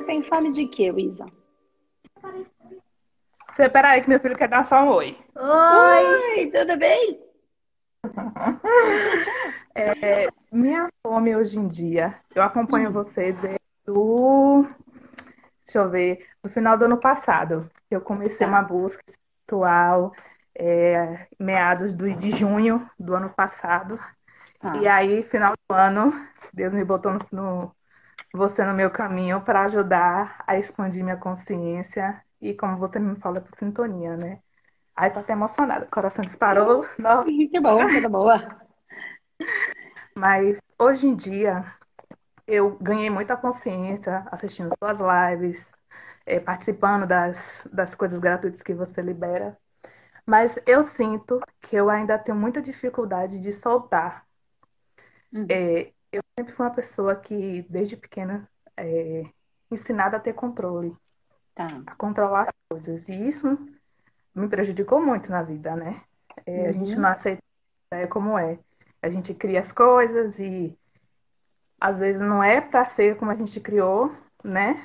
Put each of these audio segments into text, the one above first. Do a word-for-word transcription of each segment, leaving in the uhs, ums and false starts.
Você tem fome de quê, Luísa? Você, peraí, que meu filho quer dar só um oi. Oi! Oi, tudo bem? Minha fome hoje em dia, eu acompanho Hum, você desde o, deixa eu ver, do final do ano passado. Eu comecei uma tá, busca espiritual, é, meados do- de junho do ano passado. E tá. aí, final do ano, Deus me botou no, no- você no meu caminho para ajudar a expandir minha consciência. E como você me fala, por sintonia, né? Aí tô até emocionada, o coração disparou. Nossa. Que bom, coisa boa. Mas hoje em dia eu ganhei muita consciência assistindo suas lives, eh, participando das, das coisas gratuitas que você libera. Mas eu sinto que eu ainda tenho muita dificuldade de soltar. Hum, Eh, eu sempre fui uma pessoa que, desde pequena, é ensinada a ter controle, tá. a controlar as coisas. E isso me prejudicou muito na vida, né? Eh, a gente não Uhum. aceita é, como é. A gente cria as coisas e às vezes não é para ser como a gente criou, né?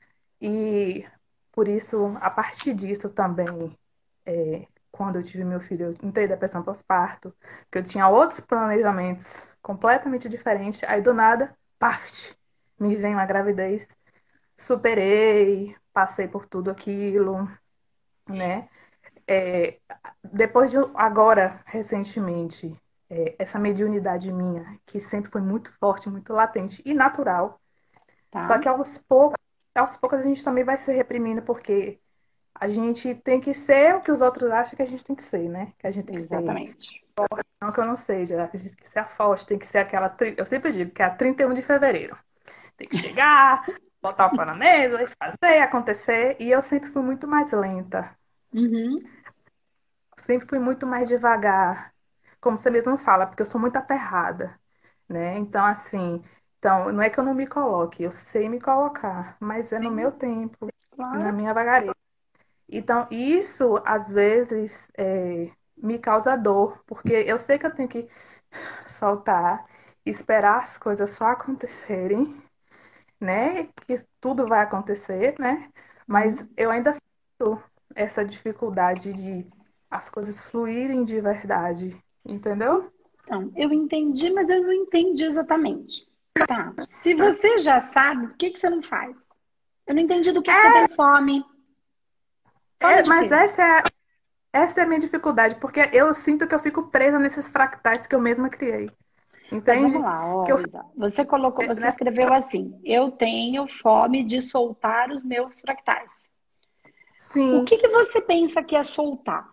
E por isso, a partir disso também, é, quando eu tive meu filho, eu entrei em depressão pós-parto, que eu tinha outros planejamentos completamente diferentes. Aí do nada, paf, me vem uma gravidez, superei, passei por tudo aquilo, né? É, depois de agora, recentemente, é, essa mediunidade minha, que sempre foi muito forte, muito latente e natural. Só Tá, que aos poucos, aos poucos a gente também vai se reprimindo, porque a gente tem que ser o que os outros acham que a gente tem que ser, né? Que a gente tem que ser, exatamente. não que eu não seja, a gente tem que ser a forte, tem que ser aquela. tri- Eu sempre digo que é a trinta e um de fevereiro. Tem que chegar, botar o pão na mesa e fazer acontecer. E eu sempre fui muito mais lenta, Uhum. sempre fui muito mais devagar, como você mesmo fala, porque eu sou muito aterrada, né? Então, assim, então, não é que eu não me coloque, eu sei me colocar, mas é no meu Sim, tempo, na claro. minha vagareza. Então, isso às vezes é, me causa dor, porque eu sei que eu tenho que soltar, esperar as coisas só acontecerem, né? Que tudo vai acontecer, né? Mas Uhum. eu ainda sinto essa dificuldade de as coisas fluírem de verdade, entendeu? Então, eu entendi, mas eu não entendi exatamente. Tá. Se você já sabe, por que que você não faz? Eu não entendi do que que você tem fome. Fome É, de mas quê? essa é, essa é a minha dificuldade, porque eu sinto que eu fico presa nesses fractais que eu mesma criei, Mas vamos entende? lá, Que ó, eu fico Isa. Você colocou, você nessa. escreveu assim: eu tenho fome de soltar os meus fractais. O Sim, que que você pensa que é soltar?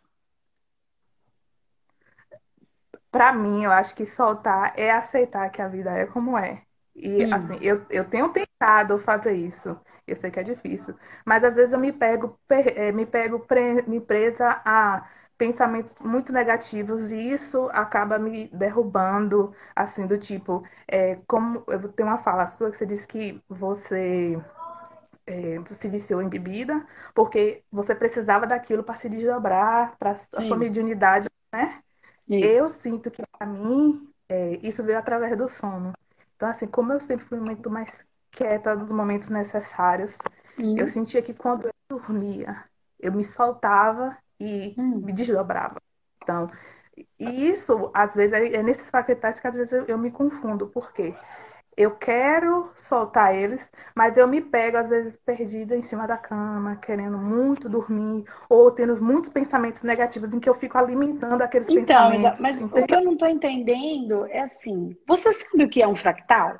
pra mim, eu acho que soltar é aceitar que a vida é como é. E, assim, Hum, eu, eu tenho tentado fazer isso. Eu sei que é difícil. Mas, às vezes, eu me pego, per- eh, me pego pre- me presa a pensamentos muito negativos. E isso acaba me derrubando, assim, do tipo... eh, como eu tenho uma fala sua que você disse que você eh, se viciou em bebida porque você precisava daquilo para se desdobrar, para a sua sim, mediunidade, né? Eu isso. sinto que, para mim, é, isso veio através do sono. Então, assim, como eu sempre fui muito mais quieta nos momentos necessários, eu Hum, sentia que quando eu dormia, eu me soltava e me hum. desdobrava. Então, e isso, às vezes, é é nesses paquetais que às vezes eu, eu me confundo. Por quê? Eu quero soltar eles, mas eu me pego, às vezes, perdida em cima da cama, querendo muito dormir, ou tendo muitos pensamentos negativos em que eu fico alimentando aqueles Então, Isa, pensamentos. mas o que eu não estou entendendo é assim: você sabe o que é um fractal?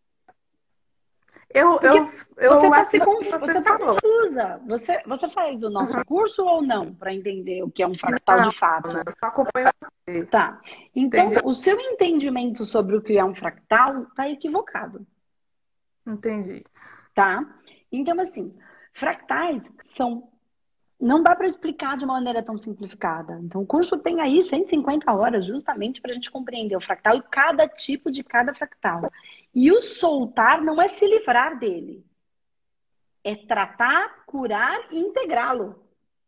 Eu, eu, Porque você eu está se assisti o conf... que você você tá falou. confusa. Você, você faz o nosso curso ou não para entender o que é um fractal Não, de Ana, fato? eu só acompanho você. Tá. Então, Entendi? o seu entendimento sobre o que é um fractal está equivocado, Entendi. tá? Então, assim, fractais são. Não dá para explicar de uma maneira tão simplificada. Então, o curso tem aí cento e cinquenta horas justamente para a gente compreender o fractal e cada tipo de cada fractal. E o soltar não é se livrar dele, é tratar, curar e integrá-lo.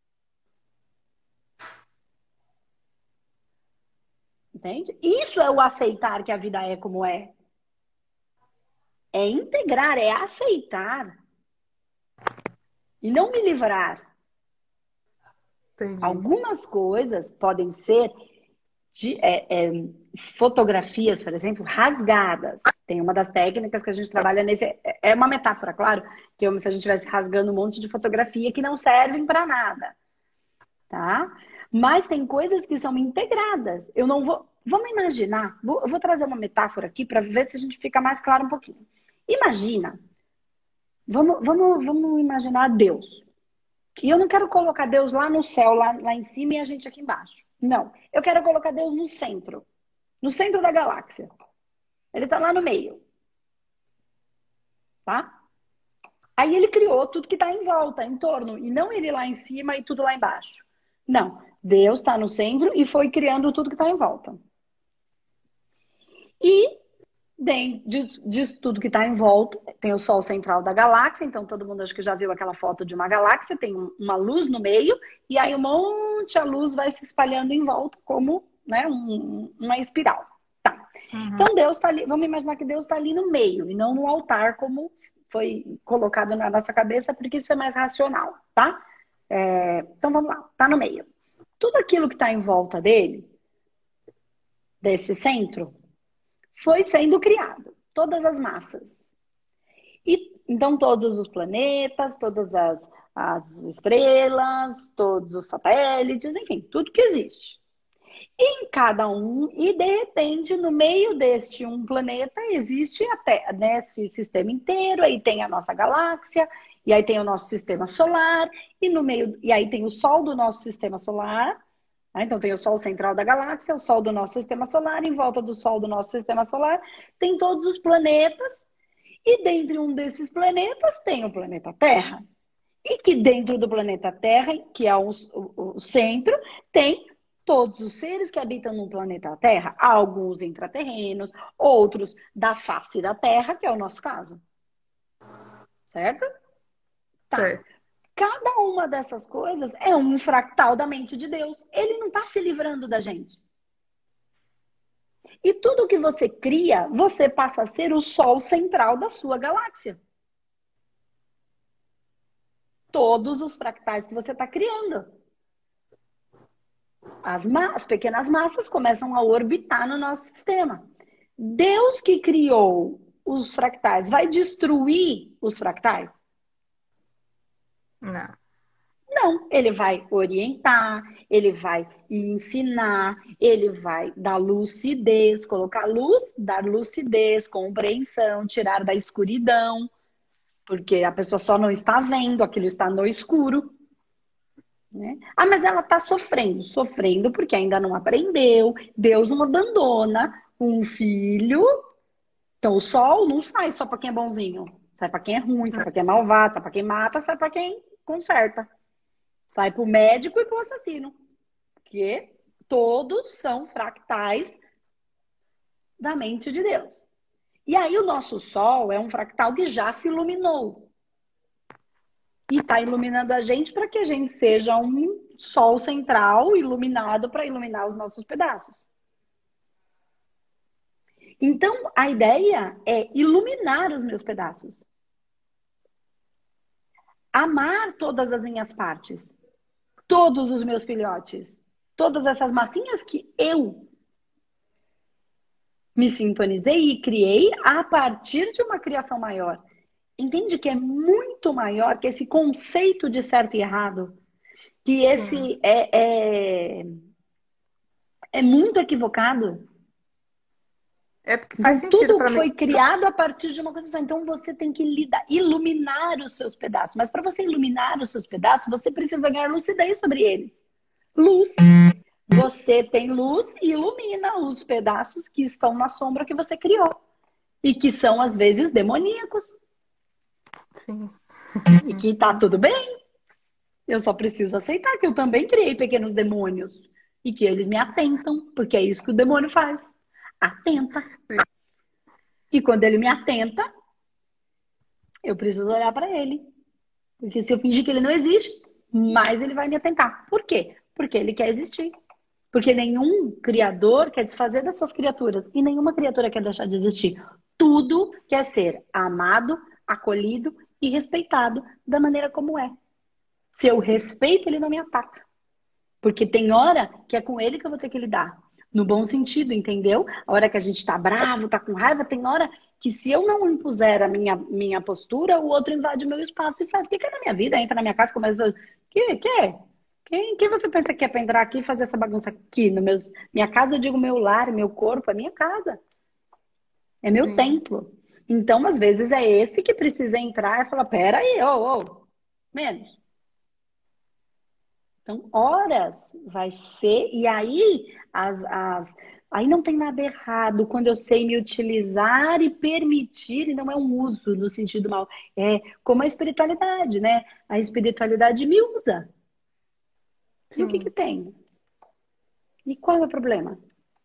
Entende? Isso é o aceitar que a vida é como é. É integrar, é aceitar. e não me livrar. Entendi. Algumas coisas podem ser de, é, é, fotografias, por exemplo, rasgadas. Tem uma das técnicas que a gente trabalha nesse. É é uma metáfora, claro, que é como se a gente estivesse rasgando um monte de fotografia que não servem para nada, tá? Mas tem coisas que são integradas. Eu não vou. Vamos imaginar. Vou, eu vou trazer uma metáfora aqui para ver se a gente fica mais claro um pouquinho. Imagina. Vamos, vamos, vamos imaginar Deus. E eu não quero colocar Deus lá no céu, lá, lá em cima e a gente aqui embaixo. Não. Eu quero colocar Deus no centro. No centro da galáxia. Ele está lá no meio. Tá? Aí ele criou tudo que está em volta, em torno. E não ele lá em cima e tudo lá embaixo. Não. Deus está no centro e foi criando tudo que está em volta. E dentro disso tudo que está em volta, tem o Sol central da galáxia. Então todo mundo acho que já viu aquela foto de uma galáxia. Tem uma luz no meio. E aí um monte de luz vai se espalhando em volta como, né, um, uma espiral. Tá. Uhum. Então Deus está ali. Vamos imaginar que Deus está ali no meio. E não no altar como foi colocado na nossa cabeça. Porque isso é mais racional. Tá? É, então vamos lá. Está no meio. Tudo aquilo que está em volta dele, desse centro, foi sendo criado. Todas as massas. E, então, todos os planetas, todas as, as estrelas, todos os satélites, enfim, tudo que existe. E em cada um, e de repente, no meio deste um planeta, existe até nesse sistema inteiro, aí tem a nossa galáxia, e aí tem o nosso sistema solar, e no meio, e aí tem o Sol do nosso sistema solar. Então tem o Sol central da galáxia, o Sol do nosso sistema solar, em volta do Sol do nosso sistema solar tem todos os planetas, e dentro um desses planetas tem o planeta Terra. E que dentro do planeta Terra, que é o, o, o centro, tem todos os seres que habitam no planeta Terra, alguns intraterrenos, outros da face da Terra, que é o nosso caso. Certo? Tá. Certo. Cada uma dessas coisas é um fractal da mente de Deus. Ele não está se livrando da gente. E tudo que você cria, você passa a ser o Sol central da sua galáxia. Todos os fractais que você está criando. As, as pequenas massas começam a orbitar no nosso sistema. Deus que criou os fractais vai destruir os fractais? Não. Não, ele vai orientar, ele vai ensinar, ele vai dar lucidez, colocar luz, dar lucidez, compreensão, tirar da escuridão, porque a pessoa só não está vendo, aquilo está no escuro. Né? Ah, mas ela está sofrendo, sofrendo porque ainda não aprendeu. Deus não abandona um filho. Então o sol não sai só para quem é bonzinho, sai para quem é ruim, sai para quem é malvado, sai para quem mata, sai para quem conserta. Sai para o médico e para o assassino. Porque todos são fractais da mente de Deus. E aí o nosso Sol é um fractal que já se iluminou. E está iluminando a gente para que a gente seja um Sol central iluminado para iluminar os nossos pedaços. Então, a ideia é iluminar os meus pedaços. Amar todas as minhas partes. Todos os meus filhotes, todas essas massinhas que eu me sintonizei e criei a partir de uma criação maior. Entende que é muito maior que esse conceito de certo e errado, que esse é, é, é muito equivocado. É porque faz Então, sentido tudo para mim. foi criado a partir de uma coisa só. Então você tem que lidar, iluminar os seus pedaços. Mas para você iluminar os seus pedaços, você precisa ganhar lucidez sobre eles. Luz. Você tem luz e ilumina os pedaços que estão na sombra que você criou. E que são, às vezes, demoníacos. Sim. E que tá tudo bem. Eu só preciso aceitar que eu também criei pequenos demônios. E que eles me atentam, porque é isso que o demônio faz. Atenta. Sim. E quando ele me atenta, eu preciso olhar para ele. Porque se eu fingir que ele não existe, mais ele vai me atentar. Por quê? Porque ele quer existir. Porque nenhum criador quer desfazer das suas criaturas. E nenhuma criatura quer deixar de existir. Tudo quer ser amado, acolhido e respeitado da maneira como é. Se eu respeito, ele não me ataca. Porque tem hora que é com ele que eu vou ter que lidar. No bom sentido, entendeu? A hora que a gente tá bravo, tá com raiva, tem hora que se eu não impuser a minha, minha postura, o outro invade o meu espaço e faz o que quer na minha vida, entra na minha casa, começa... Que? Que? Quem, quem você pensa que é pra entrar aqui e fazer essa bagunça aqui? No meu, minha casa, eu digo meu lar, meu corpo, é minha casa. É meu Sim. templo. Então, às vezes, é esse que precisa entrar e falar, pera aí, ô, ô, menos. Então, horas vai ser, e aí as, as, aí não tem nada errado quando eu sei me utilizar e permitir, e não é um uso no sentido mal, é como a espiritualidade, né? A espiritualidade me usa. E o que que Sim. tem? E qual é o problema?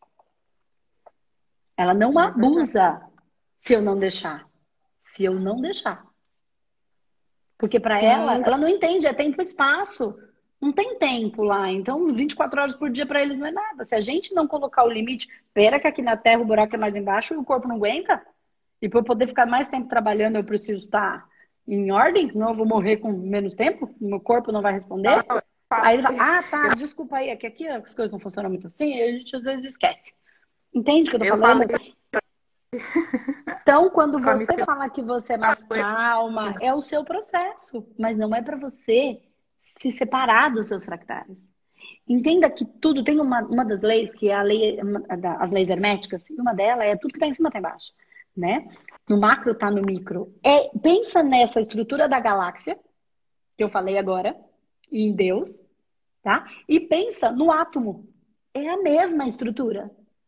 Ela não É verdade. abusa se eu não deixar. Se eu não deixar. Porque para ela, Sim, ela não entende, é tempo e espaço. Não tem tempo lá. Então, vinte e quatro horas por dia para eles não é nada. Se a gente não colocar o limite, pera que aqui na Terra o buraco é mais embaixo e o corpo não aguenta. E para eu poder ficar mais tempo trabalhando, eu preciso estar em ordem, senão eu vou morrer com menos tempo, meu corpo não vai não, responder. eu Aí ele fala, falei, ah, tá, desculpa aí, é que aqui as coisas não funcionam muito assim, e a gente às vezes esquece. Entende o que eu tô eu falei falando? Então, quando com a minha você fala que você é mais calma, é o seu processo, mas não é para você se separar dos seus fractais. Entenda que tudo tem uma, uma das leis, que é a lei, as leis herméticas, e uma delas é tudo que está em cima está embaixo, né? No macro está no micro. É, pensa nessa estrutura da galáxia, que eu falei agora, e em Deus, tá? E pensa no átomo. É a mesma estrutura.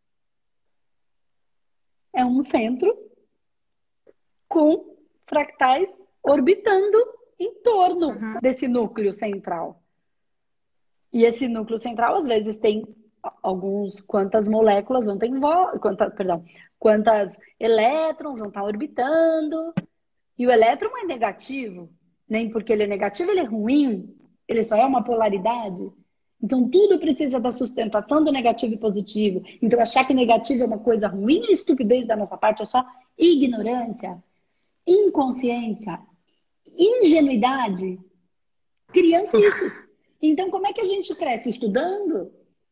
É um centro com fractais orbitando em torno Uhum. desse núcleo central. E esse núcleo central, às vezes, tem alguns, quantas moléculas vão ter em volta, quanta, perdão, quantas elétrons vão estar orbitando. E o elétron é negativo, nem porque ele é negativo, ele é ruim, ele só é uma polaridade. Então, tudo precisa da sustentação do negativo e positivo. Então, achar que negativo é uma coisa ruim é estupidez da nossa parte, é só ignorância, inconsciência, ingenuidade, criancice. Então, como é que a gente cresce? Estudando.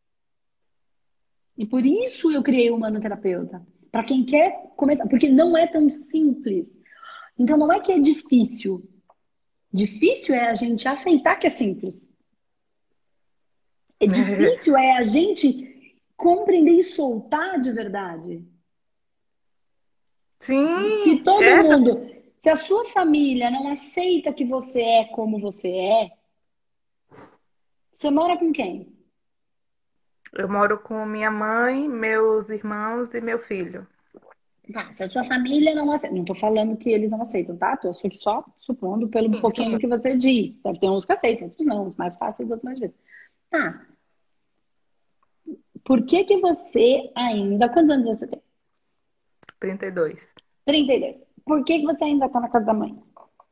E por isso eu criei o humanoterapeuta. Para quem quer começar, porque não é tão simples. Então, não é que é difícil. Difícil é a gente aceitar que é simples. É difícil é a gente compreender e soltar de verdade. Se Sim, todo essa mundo, se a sua família não aceita que você é como você é, você mora com quem? eu moro com minha mãe, meus irmãos e meu filho. Tá, se a sua família não aceita, não tô falando que eles não aceitam, tá? Tô só supondo pelo Sim, sim. pouquinho que você diz. Deve ter uns que aceitam, outros não, uns mais fáceis, outros mais vezes. Tá, por que que você ainda, quantos anos você tem? Trinta e dois. Trinta e dois. Por que que você ainda tá na casa da mãe?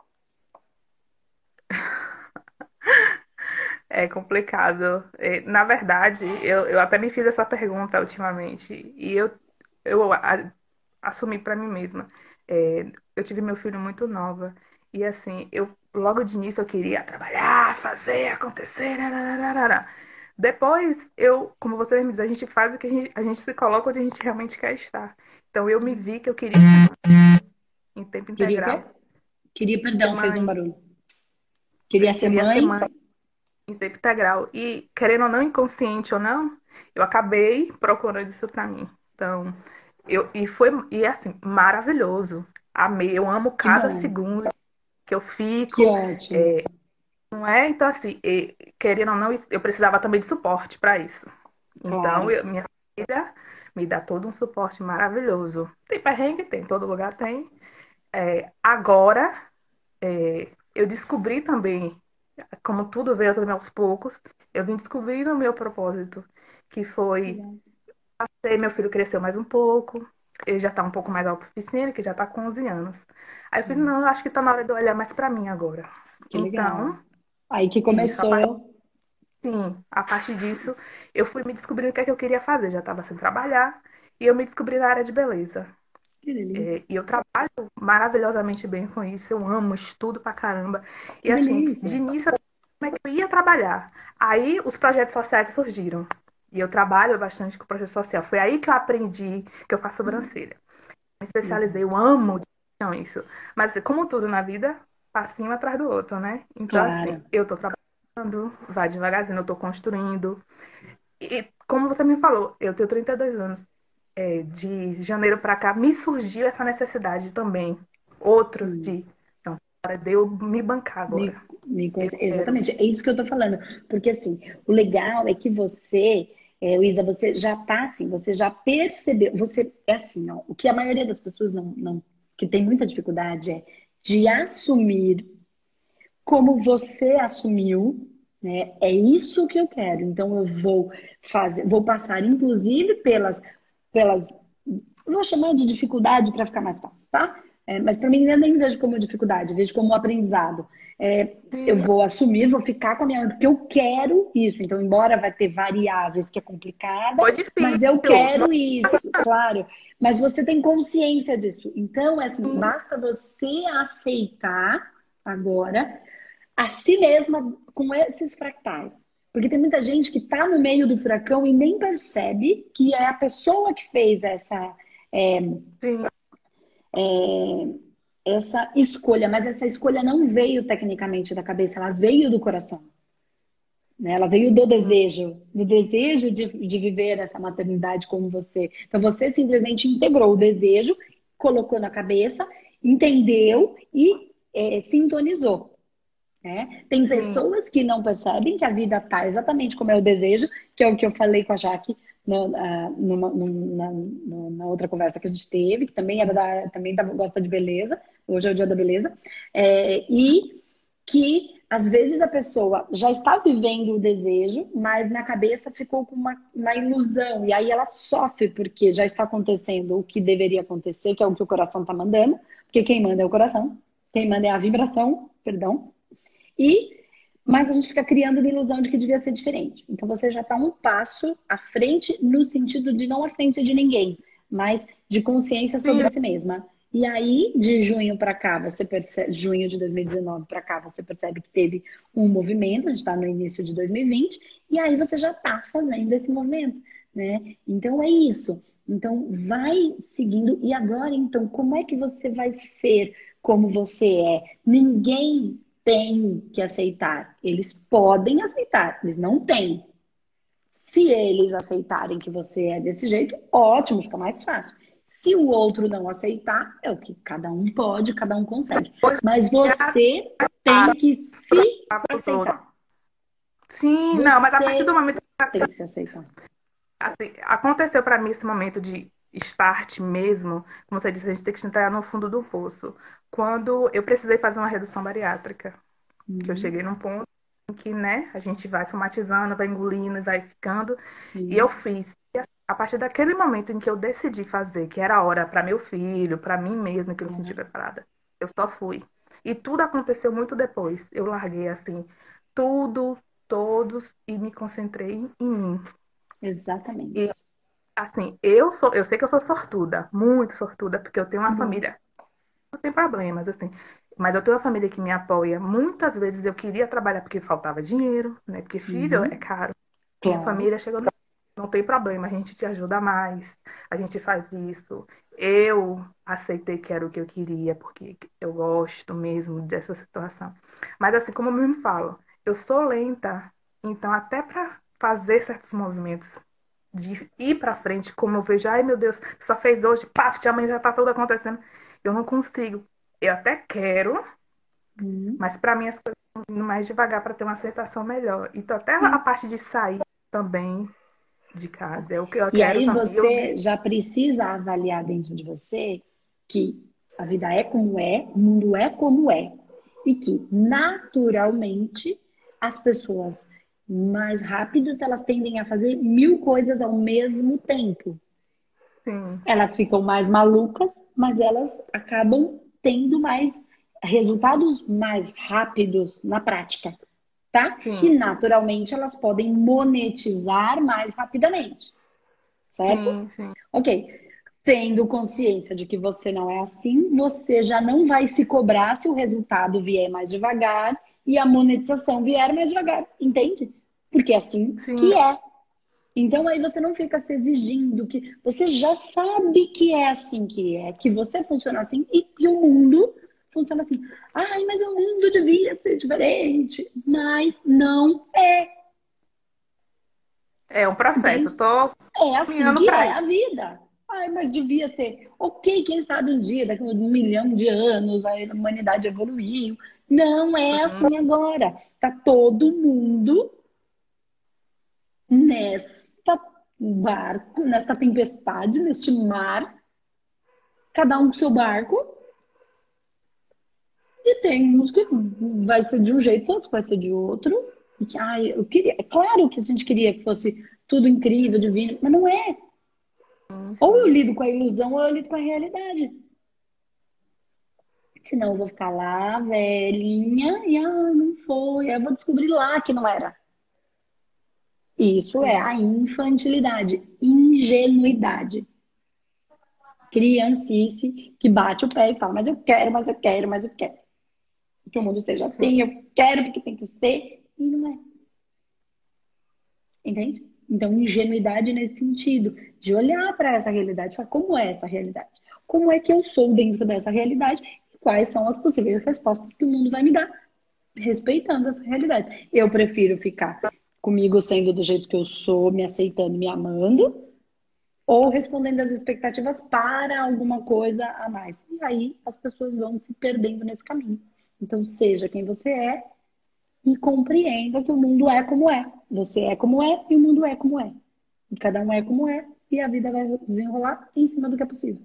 É complicado. É, na verdade, eu, eu até me fiz essa pergunta ultimamente e eu, eu a- assumi para mim mesma. É, eu tive meu filho muito nova e assim, eu logo de início eu queria trabalhar, fazer acontecer. Rararara. Depois, eu, como você mesmo diz, a gente faz o que a gente, a gente se coloca onde a gente realmente quer estar. Então, eu me vi que eu queria em tempo Queria o quê? integral Queria, ser perdão, fez um mãe. barulho. Eu Queria ser queria ser mãe? mãe em tempo integral. E, querendo ou não, inconsciente ou não, eu acabei procurando isso pra mim. Então, eu, e foi, e assim, maravilhoso. Amei, eu amo Que cada bom. segundo que eu Que fico. ótimo. Não é? Então, assim, e, querendo ou não, eu precisava também de suporte para isso. Então, Claro. eu- minha filha me dá todo um suporte maravilhoso. Tem perrengue? Tem, todo lugar tem. É, agora, é, eu descobri também, como tudo veio também aos poucos, eu vim descobrindo o meu propósito, que foi Legal. ter meu filho cresceu mais um pouco, ele já tá um pouco mais autossuficiente, que já tá com onze anos. Aí eu fiz, Hum, não, eu acho que tá na hora de eu olhar mais para mim agora. Que legal. Então, Aí que isso, a partir, começou. sim, a partir disso, eu fui me descobrindo o que é que eu queria fazer. Já estava sem trabalhar e eu me descobri na área de beleza. Que delícia. É, e eu trabalho maravilhosamente bem com isso. Eu amo, estudo pra caramba. Que E assim, delícia. de início como é que eu ia trabalhar. Aí os projetos sociais surgiram. E eu trabalho bastante com projeto social. Foi aí que eu aprendi que eu faço sobrancelha. Me especializei, Legal. eu amo de paixão isso. Mas como tudo na vida, passinho atrás do outro, né? Então, assim, Claro. eu tô trabalhando, vai devagarzinho, eu tô construindo. E como você me falou, eu tenho trinta e dois anos. É, de janeiro pra cá, me surgiu essa necessidade também. Outro Sim. de, não, hora de eu me bancar Me, agora. me Eu conhece- quero. Exatamente, é isso que eu tô falando. Porque assim, o legal é que você, é, Luísa, você já tá assim, você já percebeu, você é assim, ó, o que a maioria das pessoas não, não, que tem muita dificuldade é de assumir como você assumiu, né? É isso que eu quero. Então eu vou fazer, vou passar, inclusive, pelas, pelas, vou chamar de dificuldade para ficar mais fácil, tá? É, mas para mim eu nem vejo como dificuldade, eu vejo como um aprendizado. É, eu Sim, vou assumir, vou ficar com a minha mãe, porque eu quero isso. Então, embora vai ter variáveis que é complicada, foi mas eu difícil. quero isso, claro. Mas você tem consciência disso. Então, é assim, basta você aceitar agora a si mesma com esses fractais. Porque tem muita gente que está no meio do furacão e nem percebe que é a pessoa que fez essa, é, Sim, essa escolha, mas essa escolha não veio tecnicamente da cabeça, ela veio do coração. Né? Ela veio do sim, desejo, do desejo de, de viver essa maternidade como você. Então você simplesmente integrou o desejo, colocou na cabeça, entendeu e é, sintonizou. Né? Tem sim. pessoas que não percebem que a vida está exatamente como é o desejo, que é o que eu falei com a Jaque no, ah, numa, numa, numa, na outra conversa que a gente teve, que também era da, também da, gosta de beleza, hoje é o dia da beleza, é, e que às vezes a pessoa já está vivendo o desejo, mas na cabeça ficou com uma, uma ilusão, e aí ela sofre porque já está acontecendo o que deveria acontecer, que é o que o coração está mandando, porque quem manda é o coração, quem manda é a vibração, perdão, e mas a gente fica criando uma ilusão de que devia ser diferente. Então você já está um passo à frente no sentido de não à frente de ninguém, mas de consciência Sim, sobre si mesma. E aí, de junho para cá, você percebe, junho de dois mil e dezenove para cá, você percebe que teve um movimento, a gente está no início de dois mil e vinte, e aí você já está fazendo esse movimento, né? Então é isso. Então vai seguindo. E agora, então, como é que você vai ser como você é? Ninguém tem que aceitar. Eles podem aceitar, eles não têm. Se eles aceitarem que você é desse jeito, ótimo, fica mais fácil. Se o outro não aceitar, é o que cada um pode, cada um consegue. depois Mas já você tá tem que pra, se pros outros. aceitar. Sim, não, mas a partir do Você momento tem que se aceitar. assim, aconteceu para mim esse momento de start mesmo, como você disse, a gente tem que entrar no fundo do poço. Quando eu precisei fazer uma redução bariátrica, que eu Uhum. cheguei num ponto em que, né, a gente vai somatizando, vai engolindo, vai ficando, e eu Sim, fiz. E a partir daquele momento em que eu decidi fazer, que era a hora para meu filho, para mim mesma, que eu me senti claro. preparada, eu só fui. E tudo aconteceu muito depois. Eu larguei assim tudo, todos e me concentrei em mim. E Exatamente. assim, eu sou, eu sei que eu sou sortuda, muito sortuda, porque eu tenho uma Uhum. família, não tem problemas assim, mas eu tenho uma família que me apoia. Muitas vezes eu queria trabalhar porque faltava dinheiro, né? Porque filho é Uhum. caro. Minha Claro. família chegou, não tem problema, a gente te ajuda mais, a gente faz isso. Eu aceitei que era o que eu queria, porque eu gosto mesmo dessa situação. Mas assim, como eu mesmo falo, eu sou lenta, então até para fazer certos movimentos de ir para frente, como eu vejo, ai meu Deus, só fez hoje, paf, amanhã já tá tudo acontecendo. Eu não consigo. Eu até quero, Uhum. mas para mim as coisas estão indo mais devagar para ter uma aceitação melhor. Então até a Sim. parte de sair também de casa, é o que eu E quero aí também. Eu você já precisa avaliar dentro de você que a vida é como é, o mundo é como é. E que, naturalmente, as pessoas mais rápidas, elas tendem a fazer mil coisas ao mesmo tempo. sim, Elas ficam mais malucas, mas elas acabam tendo mais resultados mais rápidos na prática, tá? E sim, naturalmente elas podem monetizar mais rapidamente, certo? sim, sim, Ok. Tendo consciência de que você não é assim, você já não vai se cobrar se o resultado vier mais devagar e a monetização vier mais devagar, entende? Porque é assim Sim, que é. Então aí você não fica se exigindo que você já sabe que é assim que é, que você funciona assim e que o mundo funciona assim. Ai, mas o mundo devia ser diferente, mas não é, é um processo. entende? Eu tô É assim caminhando que para é isso. a vida. Ai, mas devia ser. Ok, quem sabe um dia, daqui a um milhão de anos, a humanidade evoluiu. Não é assim agora. Tá todo mundo nesta barco, nesta tempestade, neste mar, cada um com seu barco, e tem uns que vai ser de um jeito, outros vai ser de outro. E que, ai, eu queria, é claro que a gente queria que fosse tudo incrível, divino, mas não é. Sim, Ou eu sim. lido com a ilusão, ou eu lido com a realidade. Senão eu vou ficar lá, velhinha, e ah, não foi. Aí eu vou descobrir lá que não era. Isso é Sim. a infantilidade, ingenuidade. Criancice que bate o pé e fala, mas eu quero, mas eu quero, mas eu quero. Que o mundo seja Sim. assim, eu quero porque tem que ser, e não é. Entende? Então, ingenuidade nesse sentido, de olhar para essa realidade e falar, como é essa realidade? Como é que eu sou dentro dessa realidade? E quais são as possíveis respostas que o mundo vai me dar, respeitando essa realidade. Eu prefiro ficar comigo sendo do jeito que eu sou, me aceitando, me amando, ou respondendo às expectativas para alguma coisa a mais. E aí as pessoas vão se perdendo nesse caminho. Então, seja quem você é e compreenda que o mundo é como é. Você é como é e o mundo é como é. E cada um é como é e a vida vai desenrolar em cima do que é possível,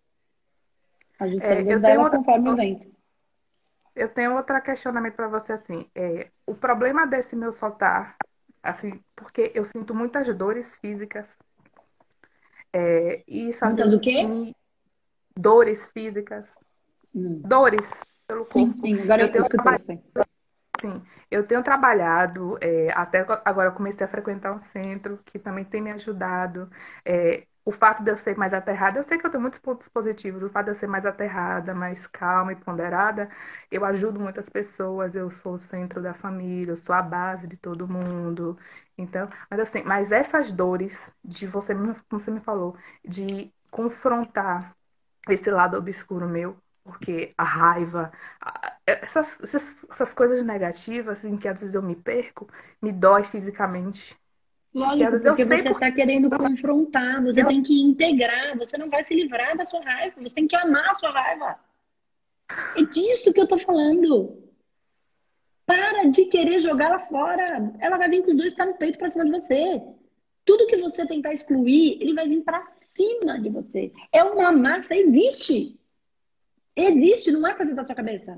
É, ajustando as eu tenho velas outra, conforme o vento. eu tenho outro questionamento para você, assim. É, o problema desse meu soltar, assim, porque eu sinto muitas dores físicas, é, e isso às Muitas o vezes quê? me... Dores físicas, Hum. dores pelo Sim, corpo. sim, agora Eu eu tenho escutei isso aí. Sim, eu tenho trabalhado, é, até agora eu comecei a frequentar um centro que também tem me ajudado. É, o fato de eu ser mais aterrada, eu sei que eu tenho muitos pontos positivos, o fato de eu ser mais aterrada, mais calma e ponderada, eu ajudo muitas pessoas, eu sou o centro da família, eu sou a base de todo mundo. Então, mas assim, mas essas dores de você, me- como você me falou, de confrontar esse lado obscuro meu, porque a raiva, a- essas, essas, essas coisas negativas em que às vezes eu me perco, me dói fisicamente. Porque às Lógico, vezes eu porque sei você porque está querendo confrontar, você eu, tem que integrar, você não vai se livrar da sua raiva, você tem que amar a sua raiva. É disso que eu tô falando. Para de querer jogar ela fora. Ela vai vir com os dois pés no peito pra cima de você. Tudo que você tentar excluir, ele vai vir pra cima de você. É uma massa, existe. Existe, não é coisa da sua cabeça.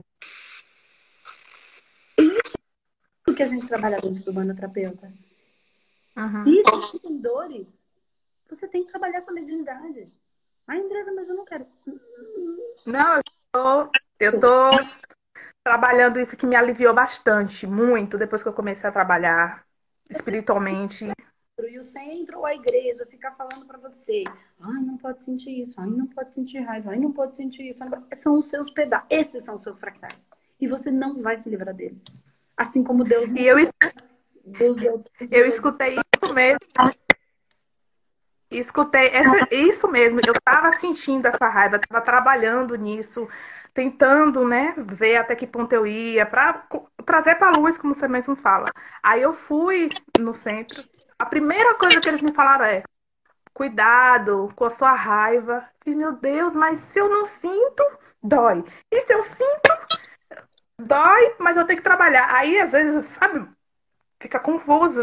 Isso que a gente trabalha dentro do manoterapeuta. Uhum. Isso que tem dores. Você tem que trabalhar sua mediunidade. Ai, Andresa, mas eu não quero. Não, eu tô, eu tô trabalhando isso que me aliviou bastante, muito, depois que eu comecei a trabalhar espiritualmente. E o centro ou a igreja ficar falando para você, ai, não pode sentir isso, ai, não pode sentir raiva, ai, não pode sentir isso. São os seus pedaços, esses são os seus fractais. E você não vai se livrar deles. Assim como Deus E não eu, Deus deu todos eu os outros. escutei isso mesmo. Escutei essa- isso mesmo. Eu estava sentindo essa raiva, estava trabalhando nisso, tentando, né, ver até que ponto eu ia, para trazer para a luz, como você mesmo fala. Aí eu fui no centro. A primeira coisa que eles me falaram é: cuidado com a sua raiva. E, meu Deus, mas se eu não sinto, dói. E se eu sinto, dói, mas eu tenho que trabalhar. Aí, às vezes, sabe, fica confuso.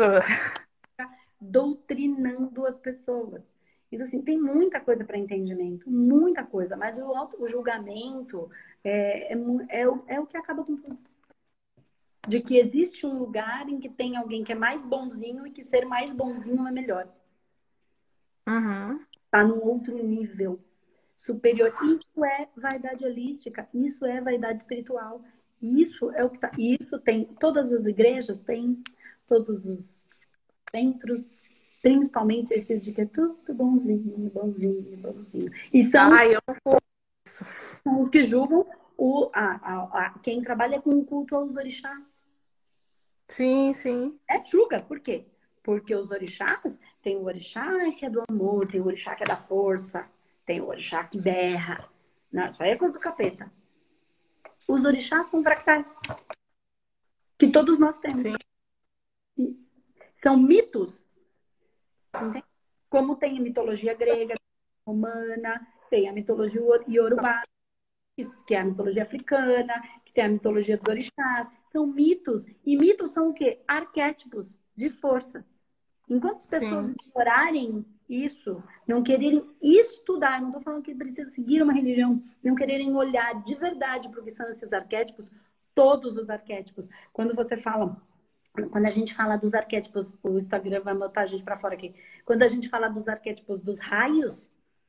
Doutrinando as pessoas. Então, assim, tem muita coisa para entendimento, muita coisa, mas o, auto, o julgamento é, é, é, o, é o que acaba com tudo. De que existe um lugar em que tem alguém que é mais bonzinho e que ser mais bonzinho é melhor. Uhum. Tá num outro nível superior. Isso é vaidade holística, isso é vaidade espiritual. Isso é o que tá. Isso tem. Todas as igrejas têm, todos os centros, principalmente esses de que é tudo bonzinho, bonzinho, bonzinho. E são, Ai, eu são os que julgam o, a, a, a, quem trabalha com o culto aos orixás. Sim, sim. É, julga. Por quê? Porque os orixás, tem o orixá que é do amor, tem o orixá que é da força, tem o orixá que berra. Não, isso aí é coisa do capeta. Os orixás são fractais, que todos nós temos. Sim, São mitos, entende? Como tem a mitologia grega, romana, tem a mitologia iorubá, que é a mitologia africana, que tem a mitologia dos orixás. São mitos. E mitos são o quê? Arquétipos de força. Enquanto as pessoas sim. ignorarem isso, não quererem estudar, não estou falando que precisa seguir uma religião, não quererem olhar de verdade para o que são esses arquétipos, todos os arquétipos. Quando você fala, quando a gente fala dos arquétipos, o Instagram vai botar a gente para fora aqui. Quando a gente fala dos arquétipos dos raios,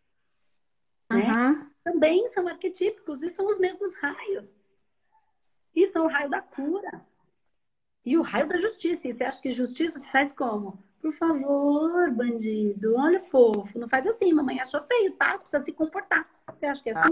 né? Uhum. Também são arquetípicos e são os mesmos raios. E são o raio da cura. E o raio da justiça. E você acha que justiça se faz como? Por favor, bandido, olha fofo, não faz assim, mamãe achou feio, tá? Precisa se comportar. Você acha que é assim?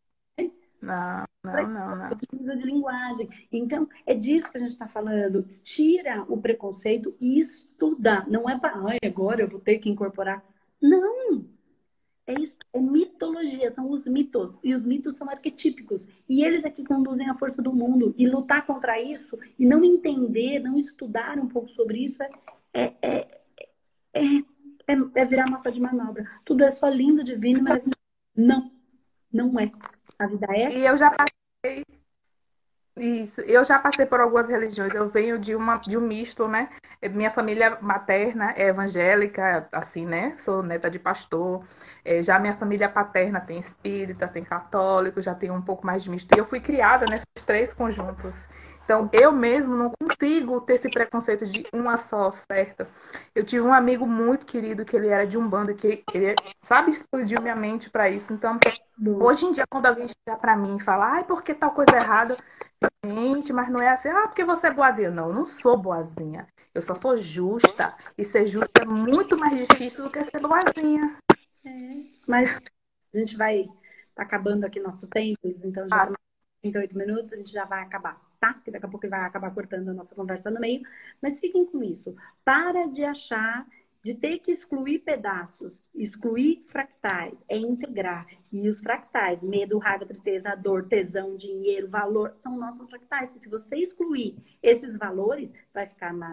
Não, não, não, não. Precisa de linguagem. Então, é disso que a gente está falando. Tira o preconceito e estuda. Não é para, ai, agora eu vou ter que incorporar. Não! É isso, é mitologia, são os mitos. E os mitos são arquetípicos. E eles é que conduzem a força do mundo. E lutar contra isso, e não entender, não estudar um pouco sobre isso, é, é, é, é, é, é virar massa de manobra. Tudo é só lindo, divino, mas não, não é. A vida é. E eu já passei, isso, eu já passei por algumas religiões. Eu venho de uma de um misto, né? Minha família materna é evangélica, assim, né? Sou neta de pastor. É, já minha família paterna tem espírita, tem católico, já tem um pouco mais de misto. E eu fui criada nesses três conjuntos. Então, eu mesmo não consigo ter esse preconceito de uma só certa. Eu tive um amigo muito querido que ele era de Umbanda, que ele, sabe, explodiu minha mente para isso. Então, hoje em dia, quando alguém chega para mim e fala, ai, por que tal coisa errada? Gente, mas não é assim, ah, porque você é boazinha. Não, eu não sou boazinha. Eu só sou justa. E ser justa é muito mais difícil do que ser boazinha. É. Mas a gente vai. Tá acabando aqui nosso tempo, então já Ah, estamos trinta e oito minutos, a gente já vai acabar, tá? Porque daqui a pouco ele vai acabar cortando a nossa conversa no meio. Mas fiquem com isso. Para de achar, de ter que excluir pedaços, excluir fractais, é integrar. E os fractais, medo, raiva, tristeza, dor, tesão, dinheiro, valor, são nossos fractais. E se você excluir esses valores, vai ficar na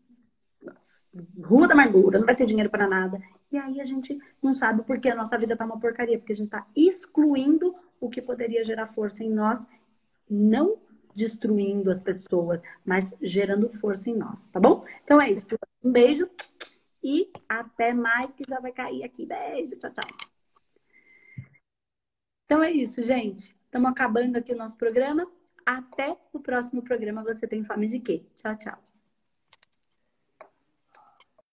rua da amargura, não vai ter dinheiro para nada. E aí a gente não sabe por que a nossa vida tá uma porcaria, porque a gente tá excluindo o que poderia gerar força em nós, não destruindo as pessoas, mas gerando força em nós, tá bom? Então é isso. Um beijo e até mais, que já vai cair aqui. Beijo, tchau, tchau. Então é isso, gente. Estamos acabando aqui o nosso programa. Até o próximo programa. Você tem fome de quê? Tchau, tchau.